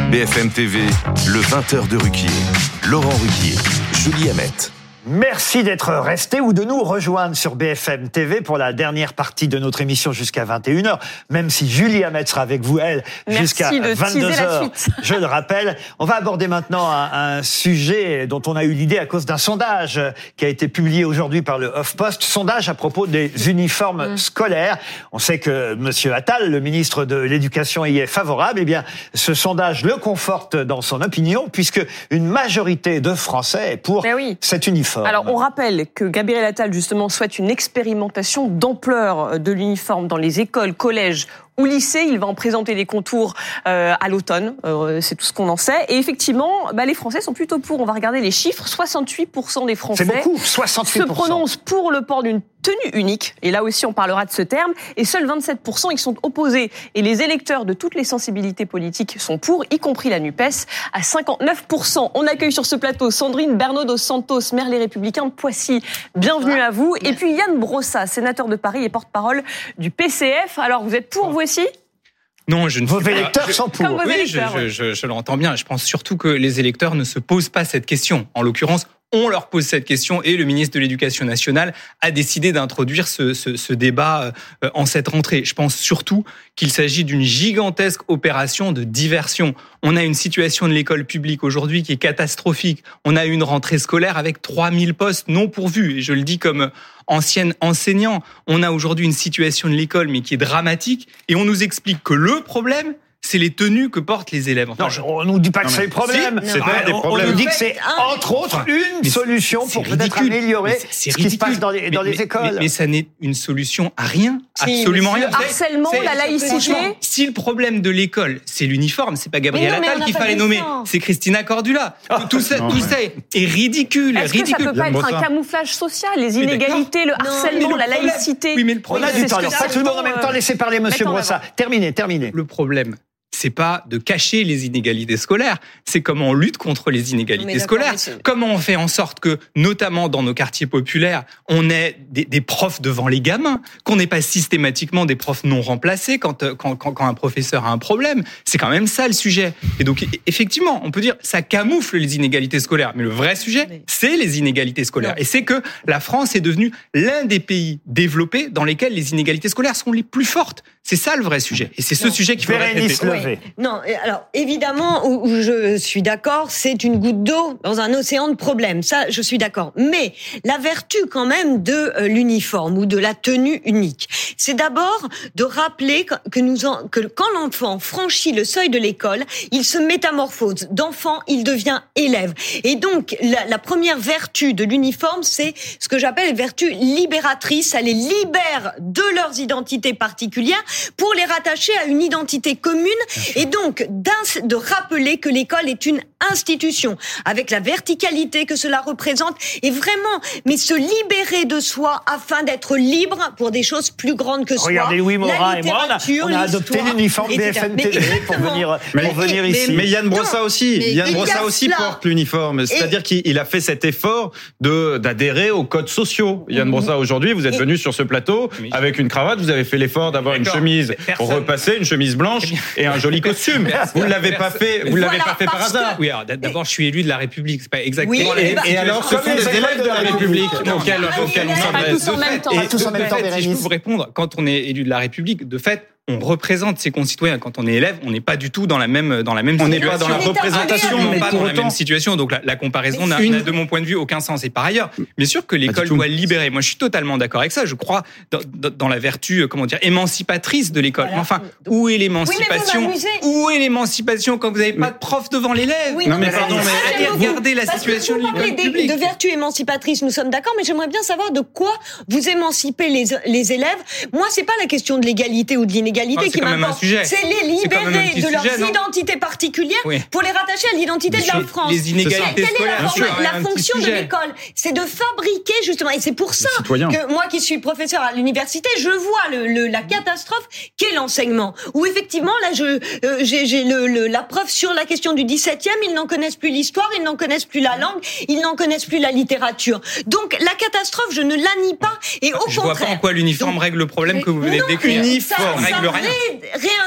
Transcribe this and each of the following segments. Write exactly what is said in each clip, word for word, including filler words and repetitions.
B F M T V, le vingt heures de Ruquier. Laurent Ruquier, Julie Hamet. Merci d'être resté ou de nous rejoindre sur B F M T V pour la dernière partie de notre émission jusqu'à vingt et une heures, même si Julie Hamet sera avec vous, elle, Merci jusqu'à vingt-deux heures. Je le rappelle. On va aborder maintenant un, un sujet dont on a eu l'idée à cause d'un sondage qui a été publié aujourd'hui par le HuffPost, sondage à propos des uniformes mmh. scolaires. On sait que Monsieur Attal, le ministre de l'Éducation, y est favorable. Eh bien, ce sondage le conforte dans son opinion, puisque une majorité de Français est pour oui. cet uniforme. Alors, on rappelle que Gabriel Attal, justement, souhaite une expérimentation d'ampleur de l'uniforme dans les écoles, collèges ou lycées. Il va en présenter les contours euh, à l'automne. Euh, c'est tout ce qu'on en sait. Et effectivement, bah, les Français sont plutôt pour. On va regarder les chiffres. soixante-huit pour cent des Français c'est beaucoup, soixante-huit pour cent. Se prononcent pour le port d'une tenue unique. Et là aussi, on parlera de ce terme. Et seuls vingt-sept pour cent y sont opposés. Et les électeurs de toutes les sensibilités politiques sont pour, y compris la NUPES, à cinquante-neuf pour cent. On accueille sur ce plateau Sandrine Bernot dos Santos, maire Les Républicains de Poissy. Bienvenue ah, à vous. Merci. Et puis Yann Brossat, sénateur de Paris et porte-parole du P C F. Alors, vous êtes pour, vous aussi ? Non, je ne Vos suis électeurs pas... sont pour. Comme vos oui, électeurs, je, je, je, je l'entends bien. Je pense surtout que les électeurs ne se posent pas cette question. En l'occurrence, on leur pose cette question et le ministre de l'Éducation nationale a décidé d'introduire ce, ce, ce débat en cette rentrée. Je pense surtout qu'il s'agit d'une gigantesque opération de diversion. On a une situation de l'école publique aujourd'hui qui est catastrophique. On a une rentrée scolaire avec trois mille postes non pourvus. Et je le dis comme ancien enseignant. On a aujourd'hui une situation de l'école mais qui est dramatique et on nous explique que le problème, c'est les tenues que portent les élèves. Enfin, non, je... on nous dit pas que non, c'est le problème. Si, c'est pas ah, des problèmes. On nous dit que c'est, entre autres, une mais solution pour peut-être améliorer c'est, c'est ce qui se passe dans les, dans mais, les écoles. Mais, mais, mais ça n'est une solution à rien. Si, absolument rien. Le harcèlement, c'est, la laïcité. Si le problème de l'école, c'est l'uniforme, c'est pas Gabriel Attal qu'il fallait nommer, c'est Christina Cordula. Oh, tout ça, non, tout ça est ridicule. Est-ce ridicule. que ça peut pas être un camouflage social, les inégalités, le harcèlement, la laïcité? Oui, mais le problème, on a du temps. Alors, pas tout le monde en même temps. Laissez parler Monsieur Brossat. Terminez, terminez. Le problème, c'est pas de cacher les inégalités scolaires, c'est comment on lutte contre les inégalités scolaires. Comment on fait en sorte que, notamment dans nos quartiers populaires, on ait des, des profs devant les gamins, qu'on n'ait pas systématiquement des profs non remplacés quand, quand, quand, quand un professeur a un problème. C'est quand même ça le sujet. Et donc, effectivement, on peut dire ça camoufle les inégalités scolaires. Mais le vrai sujet, c'est les inégalités scolaires. Et c'est que la France est devenue l'un des pays développés dans lesquels les inégalités scolaires sont les plus fortes. C'est ça le vrai sujet. Et c'est ce non. sujet qu'il faut traiter. Oui. Non, alors évidemment, où, où je suis d'accord, c'est une goutte d'eau dans un océan de problèmes. Ça, je suis d'accord. Mais la vertu quand même de euh, l'uniforme ou de la tenue unique, c'est d'abord de rappeler que, nous en, que quand l'enfant franchit le seuil de l'école, il se métamorphose. D'enfant, il devient élève. Et donc, la, la première vertu de l'uniforme, c'est ce que j'appelle vertu libératrice. Ça les libère de leurs identités particulières pour les rattacher à une identité commune. Et donc, de rappeler que l'école est une institution, avec la verticalité que cela représente, et vraiment, mais se libérer de soi afin d'être libre pour des choses plus grandes que soi. Regardez, Louis Morin et moi, on a, on a adopté l'uniforme B F M T V pour venir, mais, pour venir mais, ici. Mais Yann Brossat aussi, mais Yann Brossat aussi cela. porte l'uniforme. C'est-à-dire et... qu'il a fait cet effort de, d'adhérer aux codes sociaux. Yann mmh. Brossat, aujourd'hui, vous êtes et... venu sur ce plateau mais... avec une cravate, vous avez fait l'effort d'avoir D'accord. une chemise repassée, une chemise blanche et un joli costume. Vous ne l'avez pas fait, vous voilà, l'avez pas fait par hasard. Que... Oui, alors d'abord, je suis élu de la République, c'est pas exactement. Oui, les... et, et alors, ce sont des élèves de la République auxquels on s'adresse. Tous en même temps. Et tous en même temps, si je peux vous répondre, quand on est élu de la République, de fait, on représente ses concitoyens. Quand on est élève, on n'est pas du tout dans la même dans la même on situation. On n'est pas dans la représentation, on n'est mais pas dans autant... la même situation. Donc la, la comparaison n'a, une... n'a, de mon point de vue, aucun sens. Et par ailleurs, bien sûr que l'école doit libérer. Moi, je suis totalement d'accord avec ça. Je crois dans, dans, dans la vertu, comment dire, émancipatrice de l'école. Voilà. Mais enfin, où est l'émancipation oui, Où est l'émancipation quand vous n'avez mais... pas de prof devant l'élève oui, Non, mais pardon, mais allez regarder la situation de l'école publique. De vertu émancipatrice, nous sommes d'accord, mais j'aimerais bien savoir de quoi vous émancipez les les élèves. Moi, c'est pas la question de l'égalité ou de l'inégalité qui m'importe. Sujet. C'est les libérer c'est de leurs sujet, identités particulières oui. pour les rattacher à l'identité Monsieur, de la France. Les inégalités Quelle scolaires, est la, sûr, la fonction de l'école, c'est de fabriquer justement, et c'est pour ça que moi qui suis professeur à l'université, je vois le, le, la catastrophe qu'est l'enseignement. Où effectivement, là, je, euh, j'ai, j'ai le, le, la preuve sur la question du dix-septième, ils n'en connaissent plus l'histoire, ils n'en connaissent plus la langue, ils n'en connaissent plus la littérature. Donc la catastrophe, je ne la nie pas, et au je contraire. Je vois pas en quoi l'uniforme Donc, règle le problème que vous venez de décrire. Uniforme règle rien. Ré,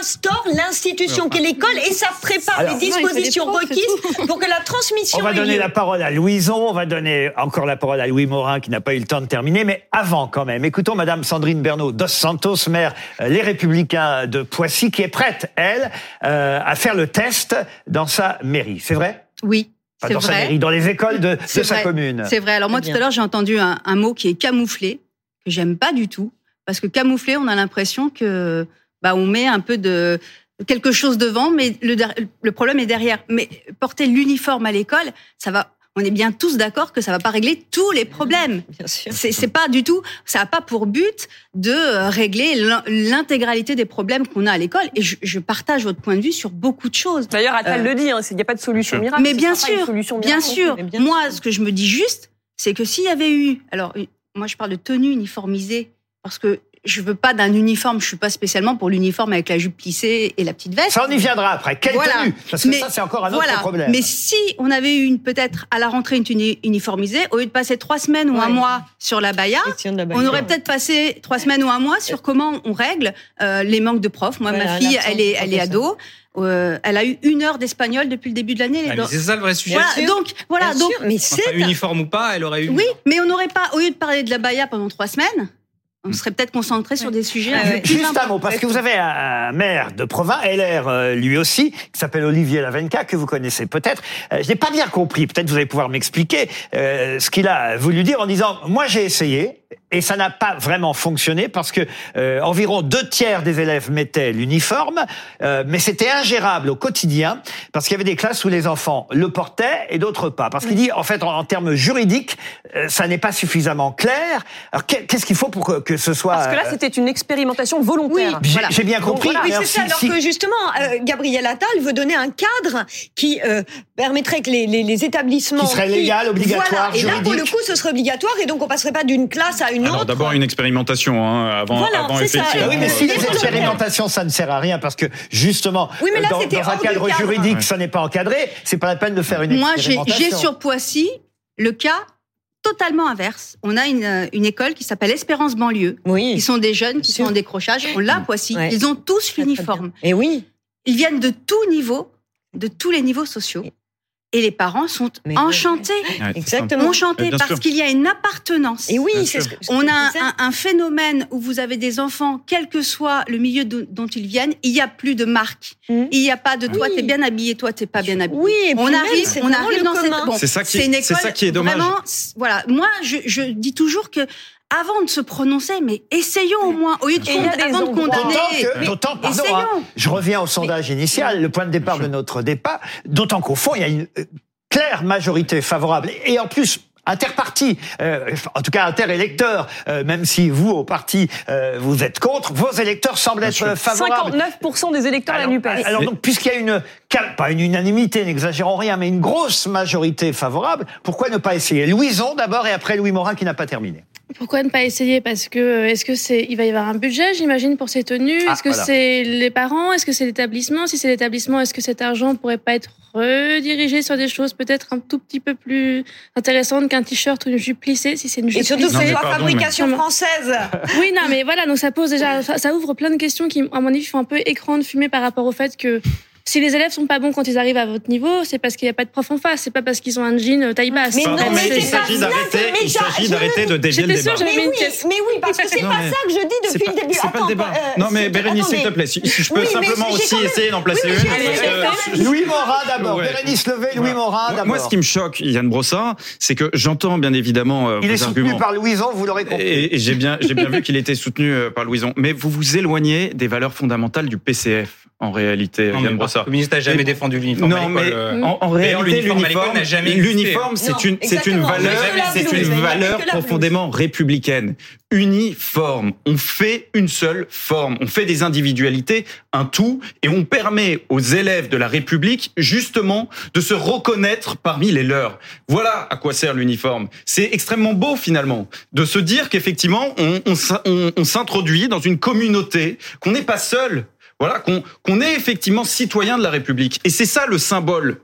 instaure l'institution qu'est l'école et ça prépare Alors, les dispositions non, requises pour que la transmission On va ait donner lieu. la parole à Louison, on va donner encore la parole à Louis Morin qui n'a pas eu le temps de terminer, mais avant quand même, écoutons Madame Sandrine Bernaud dos Santos, maire euh, Les Républicains de Poissy, qui est prête, elle, euh, à faire le test dans sa mairie. C'est vrai ? Oui. Enfin, C'est dans sa vrai. mairie, dans les écoles de, de C'est sa vrai. commune. C'est vrai. Alors moi, Très tout à bien. l'heure, j'ai entendu un, un mot qui est camouflé, que j'aime pas du tout, parce que camouflé, on a l'impression que bah on met un peu de quelque chose devant, mais le, le problème est derrière. Mais porter l'uniforme à l'école, ça va. On est bien tous d'accord que ça va pas régler tous les problèmes. Bien sûr. C'est, c'est pas du tout, ça n'a pas pour but de régler l'intégralité des problèmes qu'on a à l'école. Et je, je partage votre point de vue sur beaucoup de choses. D'ailleurs, Attal Euh, le dit, hein, il n'y a pas de solution miracle. Mais ce bien sera pas une sûr, solution bien miracle. sûr. mais bien Moi, sûr. ce que je me dis juste, c'est que s'il y avait eu, alors une- moi je parle de tenue uniformisée, parce que je veux pas d'un uniforme, je suis pas spécialement pour l'uniforme avec la jupe plissée et la petite veste. Ça, on y viendra après. Quelle Voilà. tenue ? Parce que Mais ça, c'est encore un autre voilà. problème. Mais si on avait eu une peut-être à la rentrée une tenue uniformisée, au lieu de passer trois semaines ou un Ouais. mois sur la baya, Question de la on bagarre. aurait peut-être passé trois semaines ou un mois sur comment on règle euh, les manques de profs. Moi, Voilà, ma fille, l'absence elle est, de elle est ado. Euh, elle a eu une heure d'espagnol depuis le début de l'année. Ah, Elle est mais c'est ça le vrai sujet. Voilà, sûr. donc voilà, Bien donc sûr, mais c'est Enfin, uniforme ou pas, elle aurait eu. oui, mais on n'aurait pas, au lieu de parler de la baya pendant trois semaines, on serait peut-être concentré sur des sujets. Ouais, un peu ouais. plus Juste un importants. mot, parce que vous avez un maire de province, L R euh, lui aussi, qui s'appelle Olivier Lavenca, que vous connaissez peut-être. Euh, je n'ai pas bien compris, peut-être vous allez pouvoir m'expliquer euh, ce qu'il a voulu dire en disant « Moi j'ai essayé, et ça n'a pas vraiment fonctionné parce que euh, environ deux tiers des élèves mettaient l'uniforme, euh, mais c'était ingérable au quotidien parce qu'il y avait des classes où les enfants le portaient et d'autres pas. Parce qu'il dit, en fait, en, en termes juridiques, euh, ça n'est pas suffisamment clair. Alors qu'est-ce qu'il faut pour que, que ce soit... Parce que là, c'était une expérimentation volontaire. J'ai Voilà. j'ai bien compris. Oui, mais c'est ça. si- Alors si- que justement, euh, Gabriel Attal veut donner un cadre qui euh, permettrait que les, les, les établissements... Qui serait légal, obligatoire, voilà. Et là, pour le juridique. coup, ce serait obligatoire et donc on passerait pas d'une classe à une Alors autre. d'abord une expérimentation hein, avant, Voilà, avant c'est ça. effectivement. Ah oui, mais si les Euh, expérimentations, ça ne sert à rien parce que justement, Oui, mais là, dans, c'était dans un hors du cadre cadre. juridique, Ouais. ça n'est pas encadré, c'est pas la peine de faire une Moi, j'ai, expérimentation. j'ai sur Poissy le cas totalement inverse. On a une, une école qui s'appelle Espérance Banlieue. Oui. Ils sont des jeunes qui Sûr. sont en décrochage. On l'a à Poissy. Ouais. Ils ont tous l'uniforme. Et oui. Ils viennent de tous niveaux, de tous les niveaux sociaux. Et les parents sont Mais enchantés. Ouais, c'est Exactement. Enchantés Bien parce sûr. qu'il y a une appartenance. Et oui, Bien c'est sûr. ce que ce On que a je disais. un, un phénomène où vous avez des enfants, quel que soit le milieu do- dont ils viennent, il n'y a plus de marque. Mhm. Il n'y a pas de toi, Oui. t'es bien habillé, toi, t'es pas bien habillé. Oui, et on puis même, arrive, c'est on vraiment arrive le dans commun. cette. Bon, C'est ça qui- c'est une c'est école ça qui est dommage. Vraiment, c- voilà. Moi, je, je dis toujours que avant de se prononcer, mais essayons au moins, au lieu de Et il y a con- des avant de endroits- condamner. D'autant que, d'autant, pardon, Essayons. hein, je reviens au sondage initial, le point de départ de notre débat, d'autant qu'au fond, il y a une euh, claire majorité favorable. Et en plus, interparti, euh, en tout cas interélecteur, euh, même si vous, au parti, euh, vous êtes contre, vos électeurs semblent être sûr. favorables. cinquante-neuf pour cent des électeurs à la Alors, NUPES. alors donc, puisqu'il y a une, pas une unanimité, n'exagérons rien, mais une grosse majorité favorable, pourquoi ne pas essayer Louison d'abord et après Louis Morin qui n'a pas terminé. Pourquoi ne pas essayer? Parce que euh, est-ce que c'est, il va y avoir un budget, j'imagine, pour ces tenues? Ah, Est-ce que voilà. c'est les parents? Est-ce que c'est l'établissement? Si c'est l'établissement, est-ce que cet argent pourrait pas être redirigé sur des choses peut-être un tout petit peu plus intéressantes qu'un t-shirt ou une jupe plissée, si c'est une jupe Et surtout que plissée? Non, c'est mais la pardon, fabrication mais- française. Oui, non, mais voilà, donc ça pose déjà, ça, ça ouvre plein de questions qui, à mon avis, font un peu écran de fumée par rapport au fait que si les élèves sont pas bons quand ils arrivent à votre niveau, c'est parce qu'il y a pas de prof en face, c'est pas parce qu'ils ont un jean taille basse. Mais Pardon, non, mais mais il c'est pas s'agit ça d'arrêter, que- mais il j'a- s'agit je- d'arrêter de dévier le J'étais sûre, débat. j'avais Mais une oui, question. mais oui, parce que c'est Non, pas mais ça que je dis C'est depuis pas, le début. c'est pas le débat. euh, non mais c'est- Bérénice, s'il te attendez. plaît, si, si je peux Oui, mais simplement j'ai aussi quand même- essayer d'en placer Oui, mais une. j'ai- parce j'ai- que- Louis Morin d'abord, Ouais. Bérénice Levé, Louis Voilà. Morin Moi- d'abord. Moi, ce qui me choque, Yann Brossard, c'est que j'entends bien évidemment euh, Il est vos soutenu arguments. par Louison, vous l'aurez compris. Et, et j'ai bien, j'ai bien vu qu'il était soutenu euh, par Louison. Mais vous vous éloignez des valeurs fondamentales du P C F, en réalité, Non, mais Yann le Brossard. Parti communiste n'a jamais Et- défendu l'uniforme à Non, l'école. mais euh. en, en D'ailleurs, réalité, l'uniforme à l'école l'uniforme, n'a jamais existé. l'uniforme, c'est Non, une, c'est une exactement. valeur, Il y a que la c'est blouse, une il y a valeur que la profondément républicaine. Uniforme. On fait une seule forme. On fait des individualités, un tout, et on permet aux élèves de la République, justement, de se reconnaître parmi les leurs. Voilà à quoi sert l'uniforme. C'est extrêmement beau, finalement, de se dire qu'effectivement, on, on, s'in- on, on s'introduit dans une communauté, qu'on n'est pas seul. Voilà, qu'on qu'on est effectivement citoyen de la République. Et c'est ça le symbole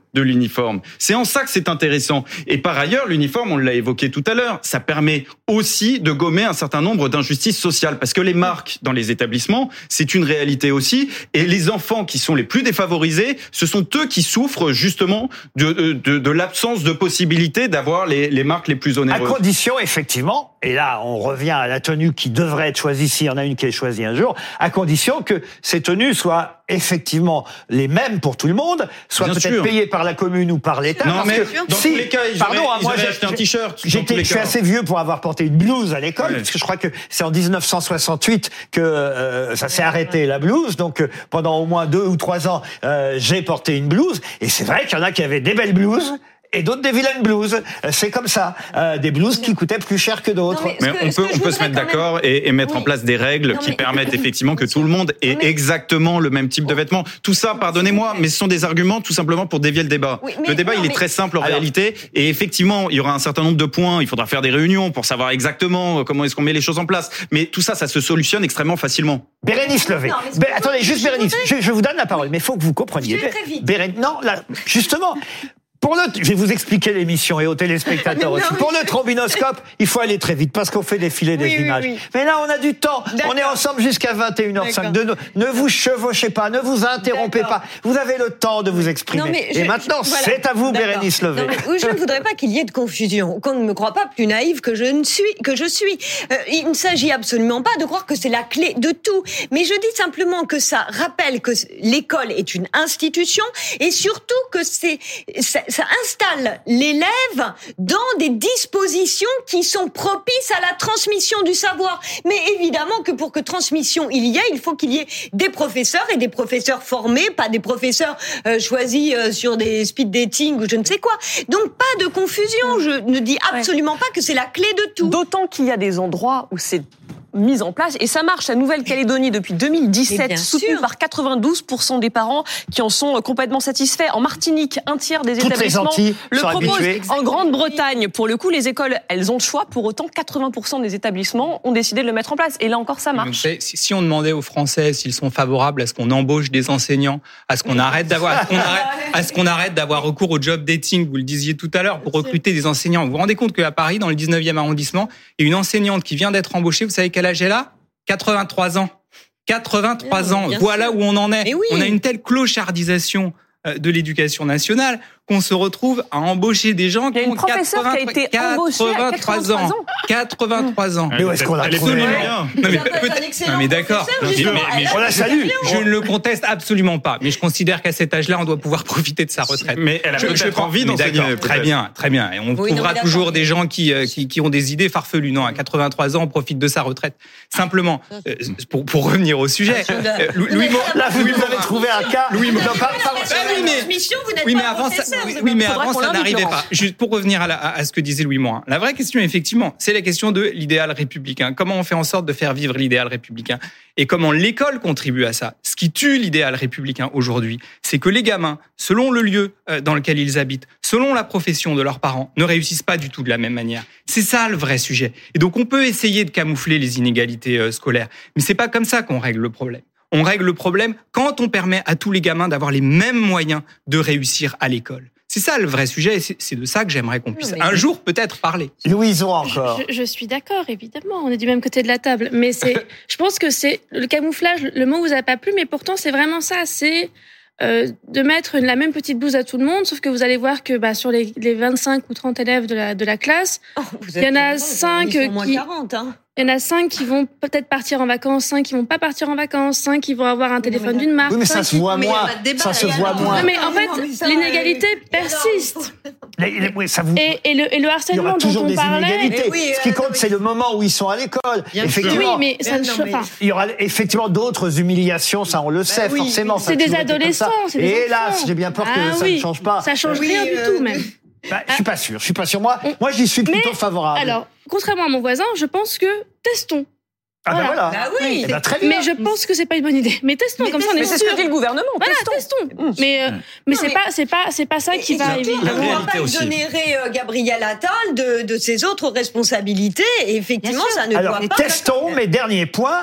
de l'uniforme. C'est en ça que c'est intéressant. Et par ailleurs, l'uniforme, on l'a évoqué tout à l'heure, ça permet aussi de gommer un certain nombre d'injustices sociales. Parce que les marques dans les établissements, c'est une réalité aussi. Et les enfants qui sont les plus défavorisés, ce sont eux qui souffrent justement de, de, de l'absence de possibilité d'avoir les, les marques les plus onéreuses. À condition, effectivement, et là on revient à la tenue qui devrait être choisie, s'il y en a une qui est choisie un jour, à condition que ces tenues soient effectivement les mêmes pour tout le monde, soient Bien peut-être sûr. payées par la commune ou par l'État. Non, parce mais que dans si, tous les cas, ils pardon, auraient- hein, ils moi auraient j'ai acheté un t-shirt, dans J'étais, tous les je suis cas. assez vieux pour avoir porté une blouse à l'école, Ouais. parce que je crois que c'est en dix-neuf cent soixante-huit que euh, ça s'est arrêté la blouse. Donc euh, pendant au moins deux ou trois ans, euh, j'ai porté une blouse, et c'est vrai qu'il y en a qui avaient des belles blouses. Et d'autres des vilaines blouses. C'est comme ça. Euh, des blouses qui coûtaient plus cher que d'autres. Non, Mais Ce que- on ce peut, que je on peut se voudrais mettre quand d'accord et, et mettre Oui. en place des règles Non, qui mais- permettent effectivement que tout le monde ait mais- exactement le même type de vêtements. Tout ça, pardonnez-moi, mais ce sont des arguments tout simplement pour dévier le débat. Oui, mais le débat, non, il est mais- très simple en Alors- réalité. Et effectivement, il y aura un certain nombre de points. Il faudra faire des réunions pour savoir exactement comment est-ce qu'on met les choses en place. Mais tout ça, ça se solutionne extrêmement facilement. Bérénice Levé. Non, mais c'est Bé- pas- attendez, juste je Bérénice. voudrais- Je, je vous donne la parole, mais il faut que vous compreniez. Je vais très vite. Béré- non, là, justement. Pour le, je vais vous expliquer l'émission et aux téléspectateurs Mais non, aussi. mais Pour je- le trombinoscope, il faut aller très vite parce qu'on fait défiler des Oui, oui, images. oui. Mais là, on a du temps. D'accord. On est ensemble jusqu'à vingt et une heures cinq. De, ne vous chevauchez pas, ne vous interrompez D'accord. pas. Vous avez le temps de vous exprimer. Non, mais et je- maintenant, je- voilà. c'est à vous, D'accord. Bérénice Levé. Non, mais je ne voudrais pas qu'il y ait de confusion, qu'on ne me croit pas plus naïve que je ne suis, que je suis. Euh, il ne s'agit absolument pas de croire que c'est la clé de tout, mais je dis simplement que ça rappelle que l'école est une institution et surtout que c'est ça, ça installe l'élève dans des dispositions qui sont propices à la transmission du savoir. Mais évidemment que pour que transmission il y ait, il faut qu'il y ait des professeurs et des professeurs formés, pas des professeurs euh, choisis euh, sur des speed dating ou je ne sais quoi. Donc pas de confusion. Je ne dis absolument pas que c'est la clé de tout. D'autant qu'il y a des endroits où c'est mis en place, et ça marche. La Nouvelle-Calédonie, depuis deux mille Mais dix-sept, bien soutenu sûr. par quatre-vingt-douze pour cent des parents qui en sont complètement satisfaits. En Martinique, un tiers des Toutes les établissements Antilles le sont proposent. habituées. En Grande-Bretagne, pour le coup, les écoles, elles ont le choix. Pour autant, quatre-vingts pour cent des établissements ont décidé de le mettre en place. Et là encore, ça Donc, marche. c'est- si si on demandait aux Français s'ils sont favorables à ce qu'on embauche des enseignants, à ce qu'on arrête d'avoir, à ce qu'on arrête, à ce qu'on arrête d'avoir recours au job dating, vous le disiez tout à l'heure, pour recruter des enseignants. Vous vous rendez compte qu'à Paris, dans le dix-neuvième arrondissement, il y a une enseignante qui vient d'être embauchée. Vous savez quel âge elle a? quatre-vingt-trois ans. quatre-vingt-trois ans. Bien Voilà sûr. où on en est. Mais oui. On a une telle clochardisation euh, de l'éducation nationale qu'on se retrouve à embaucher des gens Il y a qui une ont professeure qui a été embauchée à quatre-vingt-trois ans. quatre-vingt-trois ans. Mais où est-ce qu'on l'a Absolument trouvé rien. Non, mais Ça peut être peut-être- un excellent non, mais d'accord. professeur, Mais- justement. mais- mais On la salue. je ne le conteste absolument pas, mais je considère qu'à cet âge-là, on doit pouvoir profiter de sa retraite. Mais elle a Je- je peut-être prends- envie mais d'enseigner. d'accord, Très peut-être. bien, très bien. Et on Oui, non, trouvera mais d'accord. toujours des gens qui, euh, qui, qui ont des idées farfelues. Non, à quatre-vingt-trois ans, on profite de sa retraite. Simplement, euh, pour, pour revenir au sujet, euh, Louis, Louis Mo- Là, vous Louis nous avez Morin- trouvé un cas. Louis Morin- Non, pas- pas- Sur Ah la oui, mais- transmission, vous n'êtes Oui, mais pas avant ça, professeur, oui, vous oui, mais faudra avant qu'on ça l'invite, n'arrivait Laurence. pas. Juste pour revenir à, la- à ce que disait Louis Morin. La vraie question, effectivement, c'est la question de l'idéal républicain. Comment on fait en sorte de faire vivre l'idéal républicain et comment l'école contribue à ça. Ce qui tue l'idéal républicain aujourd'hui, c'est que les gamins, selon le lieu euh, dans lequel ils habitent, selon la profession de leurs parents, ne réussissent pas du tout de la même manière. C'est ça le vrai sujet. Et donc on peut essayer de camoufler les inégalités euh, scolaires, mais c'est pas comme ça qu'on règle le problème. On règle le problème quand on permet à tous les gamins d'avoir les mêmes moyens de réussir à l'école. C'est ça le vrai sujet et c'est c'est de ça que j'aimerais qu'on puisse mais- un jour peut-être parler. Louison encore. Je, je suis d'accord, évidemment, on est du même côté de la table. Mais c'est, je pense que c'est le camouflage, le mot vous a pas plu, mais pourtant c'est vraiment ça. C'est euh, de mettre une- la même petite blouse à tout le monde, sauf que vous allez voir que bah, sur les, les vingt-cinq ou trente élèves de la, de la classe, Oh, vous Il y en a êtes- cinq ils sont moins qui- quarante, hein. il y en a cinq qui vont peut-être partir en vacances, cinq qui vont pas partir en vacances, cinq qui vont avoir un téléphone mais- d'une marque. Oui, mais cinq ça se qui- voit mais y a moins. pas de débat. Ça se Et voit alors, moins. Non, mais en Non, mais fait, ça, l'inégalité euh, et alors, persiste. Les- les- oui, ça vous. Et, et, le, et le Il y harcèlement aura dont toujours on des parlait. inégalités. Mais oui, Ce qui euh, compte, non, mais- c'est le moment où ils sont à l'école. Bien sûr. Effectivement. Oui, mais ça ne Non, chauffe mais- pas. Il y aura effectivement d'autres humiliations, ça on le sait oui, forcément. oui. ça a C'est des toujours été comme ça. adolescents, c'est des Et hélas, enfants. j'ai bien peur que Ah ça oui, ne change pas. Ça change Oui, rien euh, du tout, même. Bah, je suis pas sûr. Je suis pas sûr. Moi, moi, j'y suis plutôt Mais, favorable. Alors, contrairement à mon voisin, je pense que testons. ah ben voilà. voilà. Bah oui. Eh ben, très bien. Mais je pense que c'est pas une bonne idée. Mais testons, Mais comme ça on Mais est c'est ce sûr. que dit le gouvernement. Voilà, Testons. testons. Mais, euh, mais Non, c'est mais- pas, c'est pas, c'est pas ça qui Et va surtout, évidemment. on ne va réalité pas aussi. exonérer euh, Gabriel Attal de, de ses autres responsabilités. Et effectivement, Bien sûr. ça ne Alors, doit pas... testons, mais dernier point.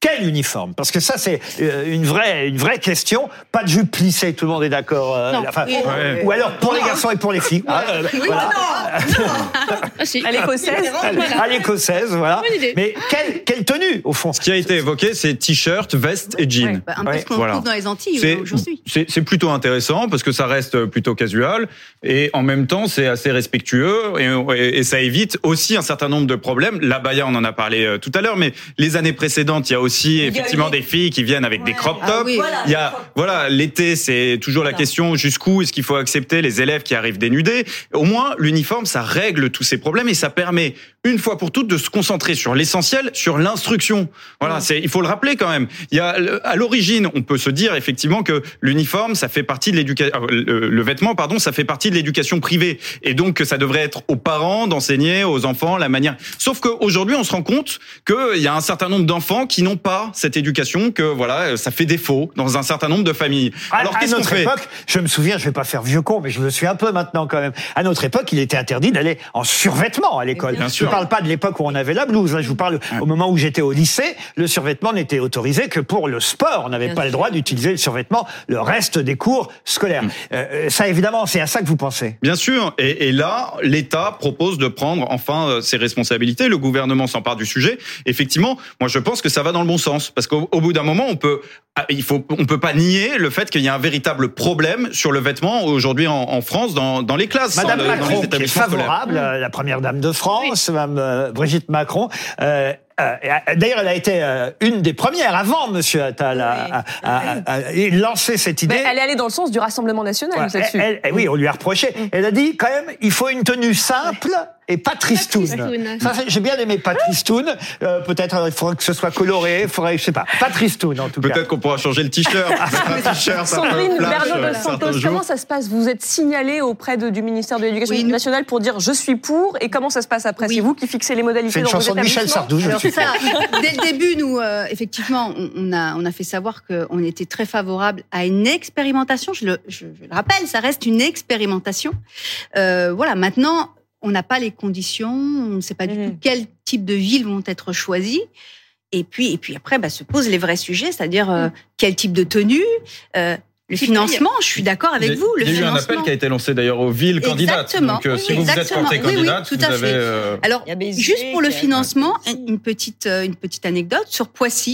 Quel uniforme? Parce que ça, c'est une vraie, une vraie question. Pas de jupe plissée, tout le monde est d'accord. Euh, enfin, oui, ouais. Ou alors pour les garçons et pour les filles. Ah, euh, oui, voilà. non, non. Ah, si. À l'écossaise. À l'écossaise, voilà. Mais quelle, quelle tenue, au fond? Ce qui a été évoqué, c'est t-shirt, veste et jean. Ouais, bah, un peu ce qu'on voilà. trouve dans les Antilles c'est, aujourd'hui. C'est, c'est plutôt intéressant parce que ça reste plutôt casual et en même temps, c'est assez respectueux et, et, et ça évite aussi un certain nombre de problèmes. L'abaya, on en a parlé tout à l'heure, mais les années précédentes, il y a aussi aussi effectivement des filles qui viennent avec ouais. des crop tops. Ah oui, voilà, il y a voilà, l'été, c'est toujours voilà. la question jusqu'où est-ce qu'il faut accepter les élèves qui arrivent dénudés. Au moins l'uniforme, ça règle tous ces problèmes et ça permet une fois pour toutes de se concentrer sur l'essentiel, sur l'instruction. Voilà, ouais. c'est il faut le rappeler quand même. Il y a à l'origine, on peut se dire effectivement que l'uniforme, ça fait partie de l'éducation le, le vêtement pardon, ça fait partie de l'éducation privée et donc que ça devrait être aux parents d'enseigner aux enfants la manière. Sauf qu'aujourd'hui, on se rend compte qu'il y a un certain nombre d'enfants qui n'ont pas cette éducation, que voilà, ça fait défaut dans un certain nombre de familles. Alors, à, qu'est-ce à notre qu'on fait époque, je me souviens, je vais pas faire vieux con, mais je me suis un peu maintenant quand même. À notre époque, il était interdit d'aller en survêtement à l'école. Bien je ne parle pas de l'époque où on avait la blouse. Là, je vous parle ouais. au moment où j'étais au lycée. Le survêtement n'était autorisé que pour le sport. On n'avait Bien pas sûr. le droit d'utiliser le survêtement le reste des cours scolaires. Mmh. Euh, ça, évidemment, c'est à ça que vous pensez. Bien sûr. Et, et là, l'État propose de prendre enfin ses responsabilités. Le gouvernement s'empare du sujet. Effectivement, moi, je pense que ça va dans le bon sens. Parce qu'au au bout d'un moment, on peut, il faut, on peut pas nier le fait qu'il y a un véritable problème sur le vêtement aujourd'hui en, en France, dans, dans les classes. Madame dans, Macron, dans les qui est favorable, scolaires. La première dame de France, oui. Madame euh, Brigitte Macron. Euh, Euh, d'ailleurs, elle a été euh, une des premières, avant Monsieur Attal, oui. à, à, à, à, à lancer cette idée. Mais elle est allée dans le sens du Rassemblement national, ouais, là-dessus. Elle, elle, oui, on lui a reproché. Mm. Elle a dit, quand même, il faut une tenue simple et pas tristoune. Ça, j'ai bien aimé pas tristoune. Euh, peut-être il faudrait que ce soit coloré, il faudrait, je sais pas, pas tristoune en tout peut-être cas. Peut-être qu'on pourra changer le t-shirt. un t-shirt Sandrine Bergeau de Santos, comment ça se passe? Vous êtes signalé auprès de, du ministère de l'Éducation oui, nationale pour dire je suis pour, et comment ça se passe après? Oui. C'est vous qui fixez les modalités? C'est une dans chanson de Michel Sardou, je suis ça, dès le début, nous, euh, effectivement, on, on, a, on a fait savoir qu'on était très favorable à une expérimentation. Je le, je, je le rappelle, ça reste une expérimentation. Euh, voilà, maintenant, on n'a pas les conditions, on ne sait pas du mmh. tout quel type de villes vont être choisies. Et puis, et puis après, bah, se posent les vrais sujets, c'est-à-dire euh, mmh. quel type de tenue, euh, le financement. Je suis d'accord avec vous. Le il y a eu financement. un appel qui a été lancé d'ailleurs aux villes candidates. Exactement. Donc, euh, si oui, vous exactement. vous êtes porté candidate, oui, oui, tout vous à avez. fait. Euh... Alors, juste pour le financement, une petite, une petite anecdote sur Poissy.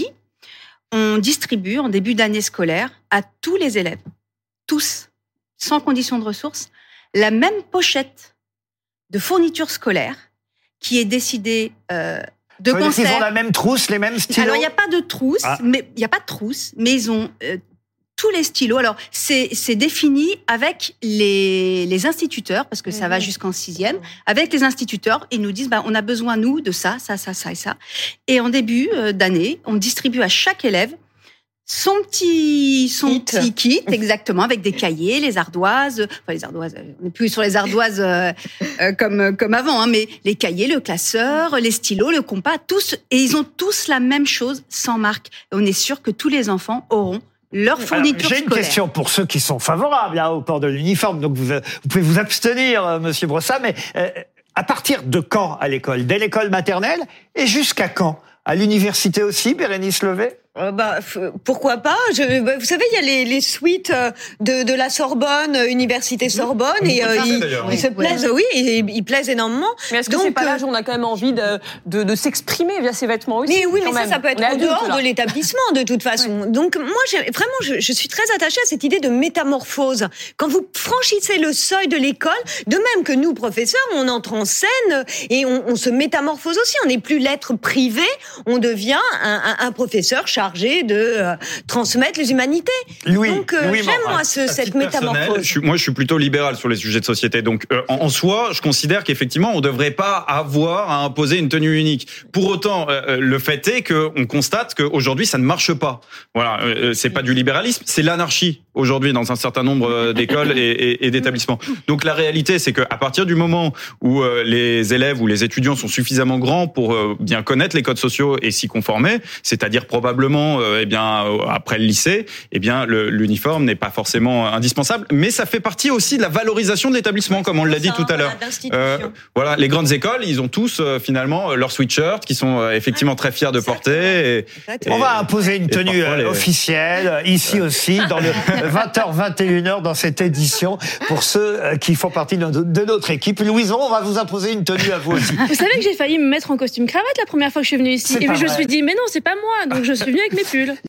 On distribue en début d'année scolaire à tous les élèves, tous, sans condition de ressources, la même pochette de fourniture scolaire qui est décidée euh, de concert. Ils ont la même trousse, les mêmes stylos. Alors il n'y a pas de trousse, ah. mais il n'y a pas de trousse, mais ils ont euh, tous les stylos. Alors c'est c'est défini avec les les instituteurs parce que mmh. ça va jusqu'en sixième. Avec les instituteurs, ils nous disent bah on a besoin nous de ça, ça, ça, ça et ça. Et en début d'année, on distribue à chaque élève son petit, son kit. petit kit, exactement, avec des cahiers, les ardoises, enfin les ardoises, on n'est plus sur les ardoises euh, euh, comme comme avant, hein, mais les cahiers, le classeur, les stylos, le compas, tous, et ils ont tous la même chose, sans marque. Et on est sûr que tous les enfants auront leur fourniture scolaire. J'ai une question pour ceux qui sont favorables hein, au port de l'uniforme, donc vous, vous pouvez vous abstenir, euh, Monsieur Brossat, mais euh, à partir de quand à l'école? Dès l'école maternelle et jusqu'à quand? À l'université aussi, Bérénice Levet? Euh, bah, pourquoi pas? Je, bah, vous savez, il y a les, les suites de, de la Sorbonne, Université Sorbonne, mmh. et euh, ils, ils oui. se plaisent, oui, ils, ils plaisent énormément. Mais est-ce que Donc, c'est pas l'âge où on a quand même envie de, de, de s'exprimer via ces vêtements aussi? Mais oui, mais même. ça, ça peut être en dehors de l'établissement, de toute façon. Ouais. Donc, moi, j'ai, vraiment, je, je suis très attachée à cette idée de métamorphose. Quand vous franchissez le seuil de l'école, de même que nous, professeurs, on entre en scène et on, on se métamorphose aussi. On n'est plus l'être privé, on devient un, un, un professeur chargé de euh, transmettre les humanités. Louis, donc euh, Louis, j'aime moi ce, cette métamorphose. Je suis, moi, je suis plutôt libéral sur les sujets de société. Donc, euh, en, en soi, je considère qu'effectivement, on ne devrait pas avoir à imposer une tenue unique. Pour autant, euh, le fait est qu'on constate qu'aujourd'hui, ça ne marche pas. Voilà, euh, c'est pas du libéralisme, c'est l'anarchie aujourd'hui dans un certain nombre d'écoles et, et, et d'établissements. Donc, la réalité, c'est qu'à partir du moment où euh, les élèves ou les étudiants sont suffisamment grands pour euh, bien connaître les codes sociaux et s'y conformer, c'est-à-dire probablement typiquement, euh, eh bien, après le lycée, eh bien, le, l'uniforme n'est pas forcément indispensable, mais ça fait partie aussi de la valorisation de l'établissement, comme on l'a dit tout à l'heure. Euh, voilà, les grandes écoles, ils ont tous euh, finalement leur sweatshirt, qui sont euh, effectivement très fiers de porter. Et, et, on va imposer une tenue les... officielle ici aussi dans le vingt heures vingt et une heures dans cette édition pour ceux qui font partie de notre équipe. Louison, on va vous imposer une tenue à vous aussi. Vous savez que j'ai failli me mettre en costume cravate la première fois que je suis venue ici, c'est et puis je me suis dit mais non, c'est pas moi, donc je suis venue avec mes pulls.